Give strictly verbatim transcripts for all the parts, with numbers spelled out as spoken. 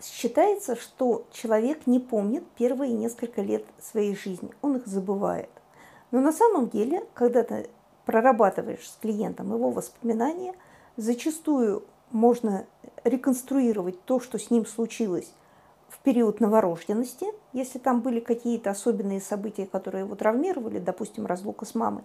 Считается, что человек не помнит первые несколько лет своей жизни, он их забывает. Но на самом деле, когда ты прорабатываешь с клиентом его воспоминания, зачастую можно реконструировать то, что с ним случилось в период новорожденности, если там были какие-то особенные события, которые его травмировали, допустим, разлука с мамой,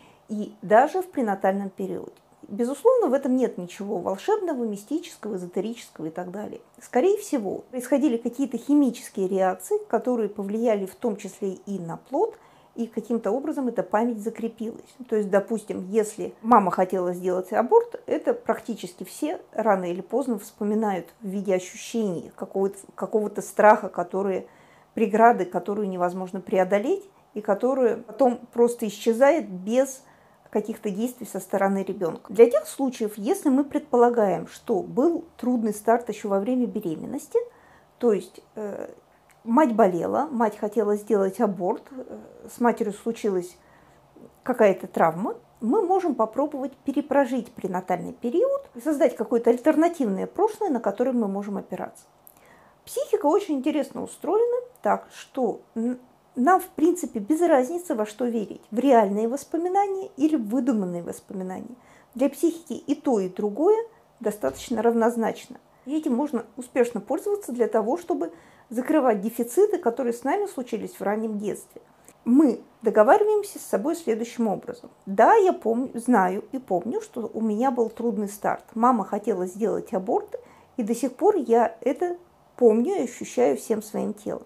и даже в пренатальном периоде. Безусловно, в этом нет ничего волшебного, мистического, эзотерического и так далее. Скорее всего, происходили какие-то химические реакции, которые повлияли в том числе и на плод, и каким-то образом эта память закрепилась. То есть, допустим, если мама хотела сделать аборт, это практически все рано или поздно вспоминают в виде ощущений какого-то, какого-то страха, которые, преграды, которую невозможно преодолеть, и которая потом просто исчезает без каких-то действий со стороны ребенка. Для тех случаев, если мы предполагаем, что был трудный старт еще во время беременности, то есть э, мать болела, мать хотела сделать аборт, э, с матерью случилась какая-то травма, мы можем попробовать перепрожить пренатальный период и создать какое-то альтернативное прошлое, на которое мы можем опираться. Психика очень интересно устроена так, что нам, в принципе, без разницы, во что верить. В реальные воспоминания или в выдуманные воспоминания. Для психики и то, и другое достаточно равнозначно. И этим можно успешно пользоваться для того, чтобы закрывать дефициты, которые с нами случились в раннем детстве. Мы договариваемся с собой следующим образом. Да, я помню, знаю и помню, что у меня был трудный старт. Мама хотела сделать аборт, и до сих пор я это помню и ощущаю всем своим телом.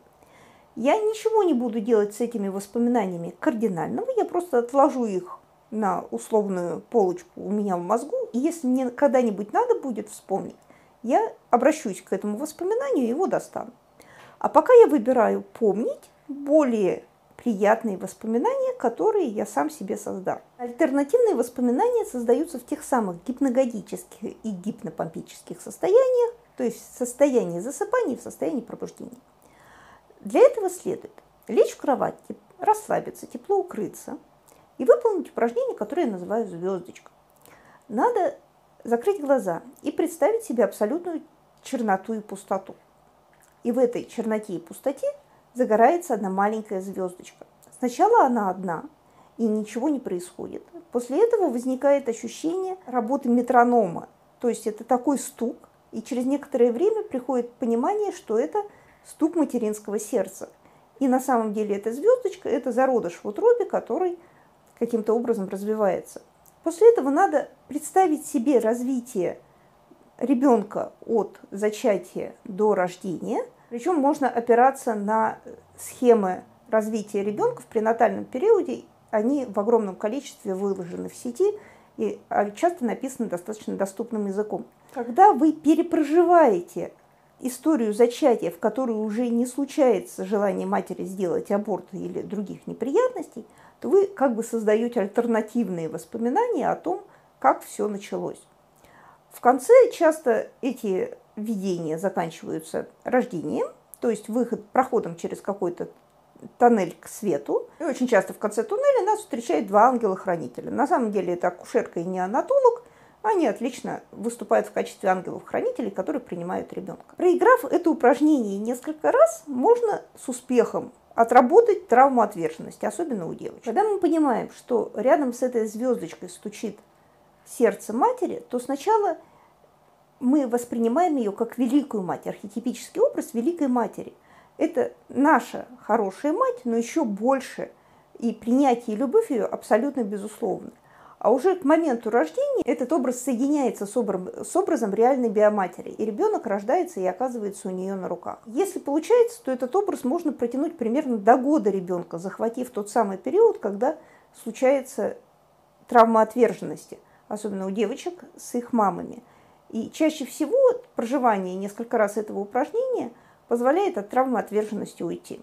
Я ничего не буду делать с этими воспоминаниями кардинального, я просто отложу их на условную полочку у меня в мозгу, и если мне когда-нибудь надо будет вспомнить, я обращусь к этому воспоминанию и его достану. А пока я выбираю помнить более приятные воспоминания, которые я сам себе создал. Альтернативные воспоминания создаются в тех самых гипногодических и гипнопомпических состояниях, то есть в состоянии засыпания и в состоянии пробуждения. Для этого следует лечь в кровать, расслабиться, тепло укрыться и выполнить упражнение, которое я называю звездочка. Надо закрыть глаза и представить себе абсолютную черноту и пустоту. И в этой черноте и пустоте загорается одна маленькая звездочка. Сначала она одна, и ничего не происходит. После этого возникает ощущение работы метронома. То есть это такой стук, и через некоторое время приходит понимание, что это стук материнского сердца. И на самом деле эта звездочка – это зародыш в утробе, который каким-то образом развивается. После этого надо представить себе развитие ребенка от зачатия до рождения. Причем можно опираться на схемы развития ребенка в пренатальном периоде. Они в огромном количестве выложены в сети и часто написаны достаточно доступным языком. Когда вы перепроживаете историю зачатия, в которой уже не случается желание матери сделать аборт или других неприятностей, то вы как бы создаете альтернативные воспоминания о том, как все началось. В конце часто эти видения заканчиваются рождением, то есть выход, проходом через какой-то тоннель к свету. И очень часто в конце туннеля нас встречают два ангела-хранителя. На самом деле это акушерка и неонатолог. Они отлично выступают в качестве ангелов-хранителей, которые принимают ребенка. Проиграв это упражнение несколько раз, можно с успехом отработать травму отверженности, особенно у девочек. Когда мы понимаем, что рядом с этой звездочкой стучит сердце матери, то сначала мы воспринимаем ее как великую мать, архетипический образ великой матери. Это наша хорошая мать, но еще больше, и принятие и любовь ее абсолютно безусловны. А уже к моменту рождения этот образ соединяется с, образ, с образом реальной биоматери, и ребенок рождается и оказывается у нее на руках. Если получается, то этот образ можно протянуть примерно до года ребенка, захватив тот самый период, когда случается травма отверженности, особенно у девочек с их мамами. И чаще всего проживание несколько раз этого упражнения позволяет от травмы отверженности уйти.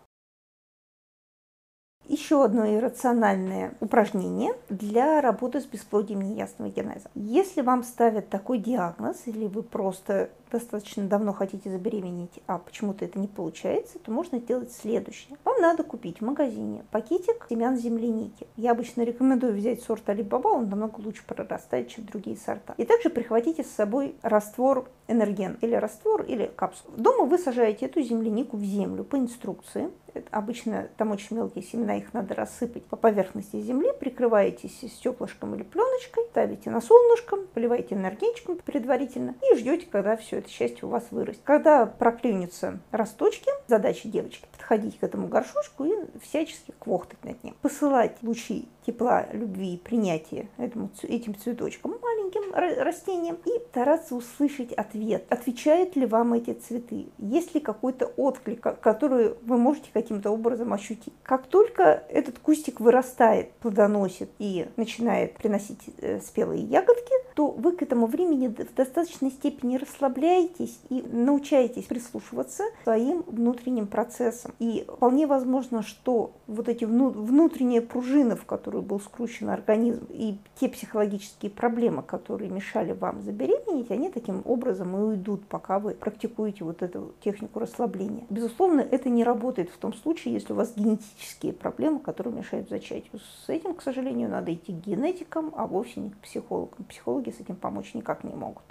Еще одно иррациональное упражнение для работы с бесплодием неясного генеза. Если вам ставят такой диагноз, или вы просто достаточно давно хотите забеременеть, а почему-то это не получается, то можно сделать следующее. Вам надо купить в магазине пакетик семян земляники. Я обычно рекомендую взять сорт Алибаба, он намного лучше прорастает, чем другие сорта. И также прихватите с собой раствор энерген, или раствор, или капсулу. Дома вы сажаете эту землянику в землю по инструкции. Это обычно там очень мелкие семена, их надо рассыпать по поверхности земли, прикрываетесь стеклышком или пленочкой, ставите на солнышко, поливаете энергетиком предварительно и ждете, когда все это счастье у вас вырастет. Когда проклюнутся росточки, задача девочки подходить к этому горшочку и всячески квохтать над ним. Посылать лучи тепла, любви и принятия этому, этим цветочкам, маленьким растениям, и стараться услышать ответ. Отвечают ли вам эти цветы? Есть ли какой-то отклик, который вы можете каким-то образом ощутить? Как только этот кустик вырастает, плодоносит и начинает приносить спелые ягодки, то вы к этому времени в достаточной степени расслабляетесь и научаетесь прислушиваться к своим внутренним процессам. И вполне возможно, что вот эти внутренние пружины, в которые был скручен организм, и те психологические проблемы, которые мешали вам забеременеть, они таким образом и уйдут, пока вы практикуете вот эту технику расслабления. Безусловно, это не работает в том случае, если у вас генетические проблемы, которые мешают зачатию. С этим, к сожалению, надо идти к генетикам, а вовсе не к психологам. Психологи с этим помочь никак не могут.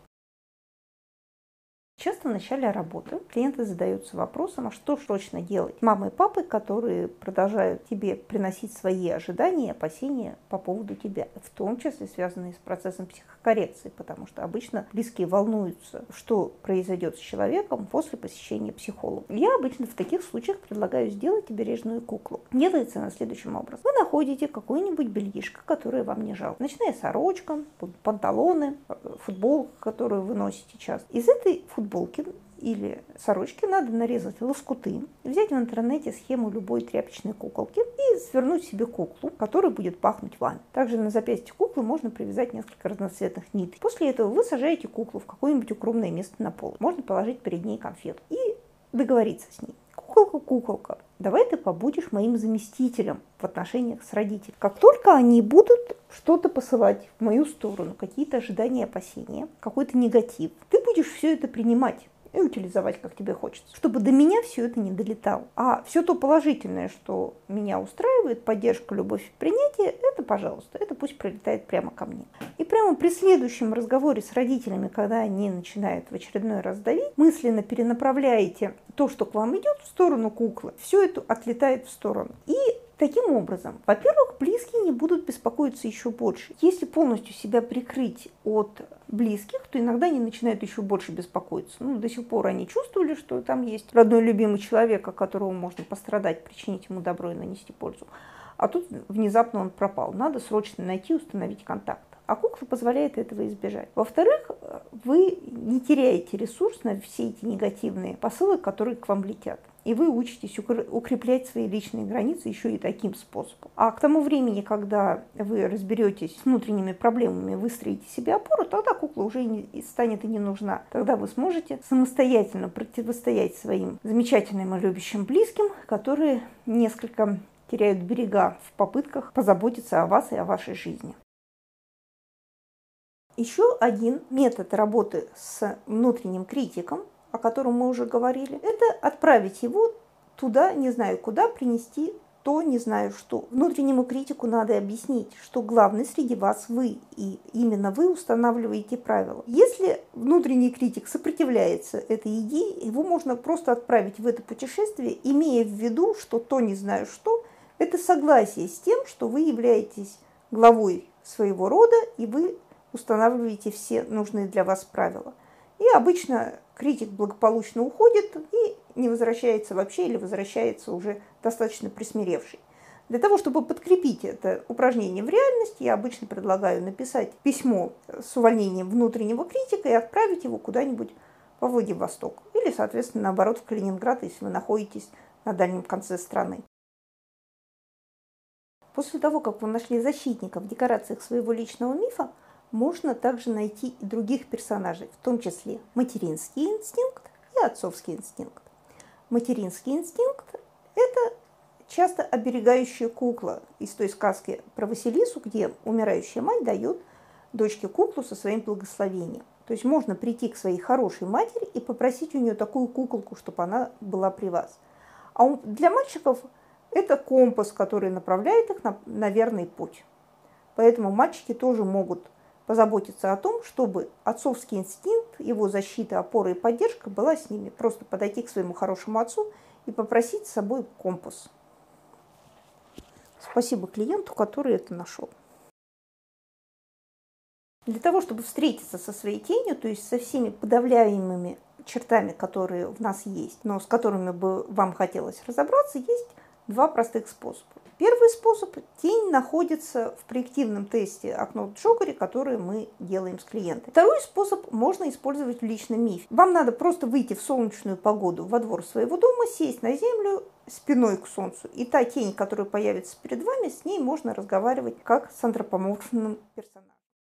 Часто в начале работы клиенты задаются вопросом, а что точно делать? Мамы и папы, которые продолжают тебе приносить свои ожидания и опасения по поводу тебя, в том числе связанные с процессом психокоррекции, потому что обычно близкие волнуются, что произойдет с человеком после посещения психолога. Я обычно в таких случаях предлагаю сделать обережную куклу. Делается она следующим образом. Вы находите какое-нибудь бельишко, которое вам не жалко. Ночная сорочка, панталоны, футболка, которую вы носите часто. Из этой футболки футболки или сорочки надо нарезать лоскуты, взять в интернете схему любой тряпочной куколки и свернуть себе куклу, которая будет пахнуть вами. Также на запястье куклы можно привязать несколько разноцветных нитей. После этого вы сажаете куклу в какое-нибудь укромное место на пол. Можно положить перед ней конфету и договориться с ней. Куколка, куколка, давай ты побудешь моим заместителем в отношениях с родителями. Как только они будут что-то посылать в мою сторону, какие-то ожидания, опасения, какой-то негатив, ты будешь все это принимать и утилизовать, как тебе хочется, чтобы до меня все это не долетало. А все то положительное, что меня устраивает, поддержка, любовь, принятие, это, пожалуйста, это пусть прилетает прямо ко мне. И прямо при следующем разговоре с родителями, когда они начинают в очередной раз давить, мысленно перенаправляете то, что к вам идет, в сторону куклы, все это отлетает в сторону. И таким образом, во-первых, близкие не будут беспокоиться еще больше. Если полностью себя прикрыть от близких, то иногда они начинают еще больше беспокоиться. Ну, до сих пор они чувствовали, что там есть родной любимый человек, от которого можно пострадать, причинить ему добро и нанести пользу. А тут внезапно он пропал. Надо срочно найти и установить контакт. А кукла позволяет этого избежать. Во-вторых, вы не теряете ресурс на все эти негативные посылы, которые к вам летят. И вы учитесь укреплять свои личные границы еще и таким способом. А к тому времени, когда вы разберетесь с внутренними проблемами, выстроите себе опору, тогда кукла уже не, станет и не нужна. Тогда вы сможете самостоятельно противостоять своим замечательным и любящим близким, которые несколько теряют берега в попытках позаботиться о вас и о вашей жизни. Еще один метод работы с внутренним критиком, о котором мы уже говорили, это отправить его туда, не знаю куда, принести то, не знаю что. Внутреннему критику надо объяснить, что главный среди вас вы, и именно вы устанавливаете правила. Если внутренний критик сопротивляется этой идее, его можно просто отправить в это путешествие, имея в виду, что то, не знаю что, это согласие с тем, что вы являетесь главой своего рода, и вы устанавливаете все нужные для вас правила. И обычно критик благополучно уходит и не возвращается вообще или возвращается уже достаточно присмиревший. Для того, чтобы подкрепить это упражнение в реальности, я обычно предлагаю написать письмо с увольнением внутреннего критика и отправить его куда-нибудь во Владивосток. Или, соответственно, наоборот, в Калининград, если вы находитесь на дальнем конце страны. После того, как вы нашли защитника в декорациях своего личного мифа, можно также найти и других персонажей, в том числе материнский инстинкт и отцовский инстинкт. Материнский инстинкт – это часто оберегающая кукла из той сказки про Василису, где умирающая мать дает дочке куклу со своим благословением. То есть можно прийти к своей хорошей матери и попросить у нее такую куколку, чтобы она была при вас. А для мальчиков это компас, который направляет их на, на верный путь. Поэтому мальчики тоже могут позаботиться о том, чтобы отцовский инстинкт, его защита, опора и поддержка была с ними. Просто подойти к своему хорошему отцу и попросить с собой компас. Спасибо клиенту, который это нашел. Для того, чтобы встретиться со своей тенью, то есть со всеми подавляемыми чертами, которые в нас есть, но с которыми бы вам хотелось разобраться, есть два простых способа. Первый способ – тень находится в проективном тесте окно Джокере, который мы делаем с клиентами. Второй способ можно использовать в личном мифе. Вам надо просто выйти в солнечную погоду во двор своего дома, сесть на землю спиной к солнцу, и та тень, которая появится перед вами, с ней можно разговаривать как с антропоморфным персонажем.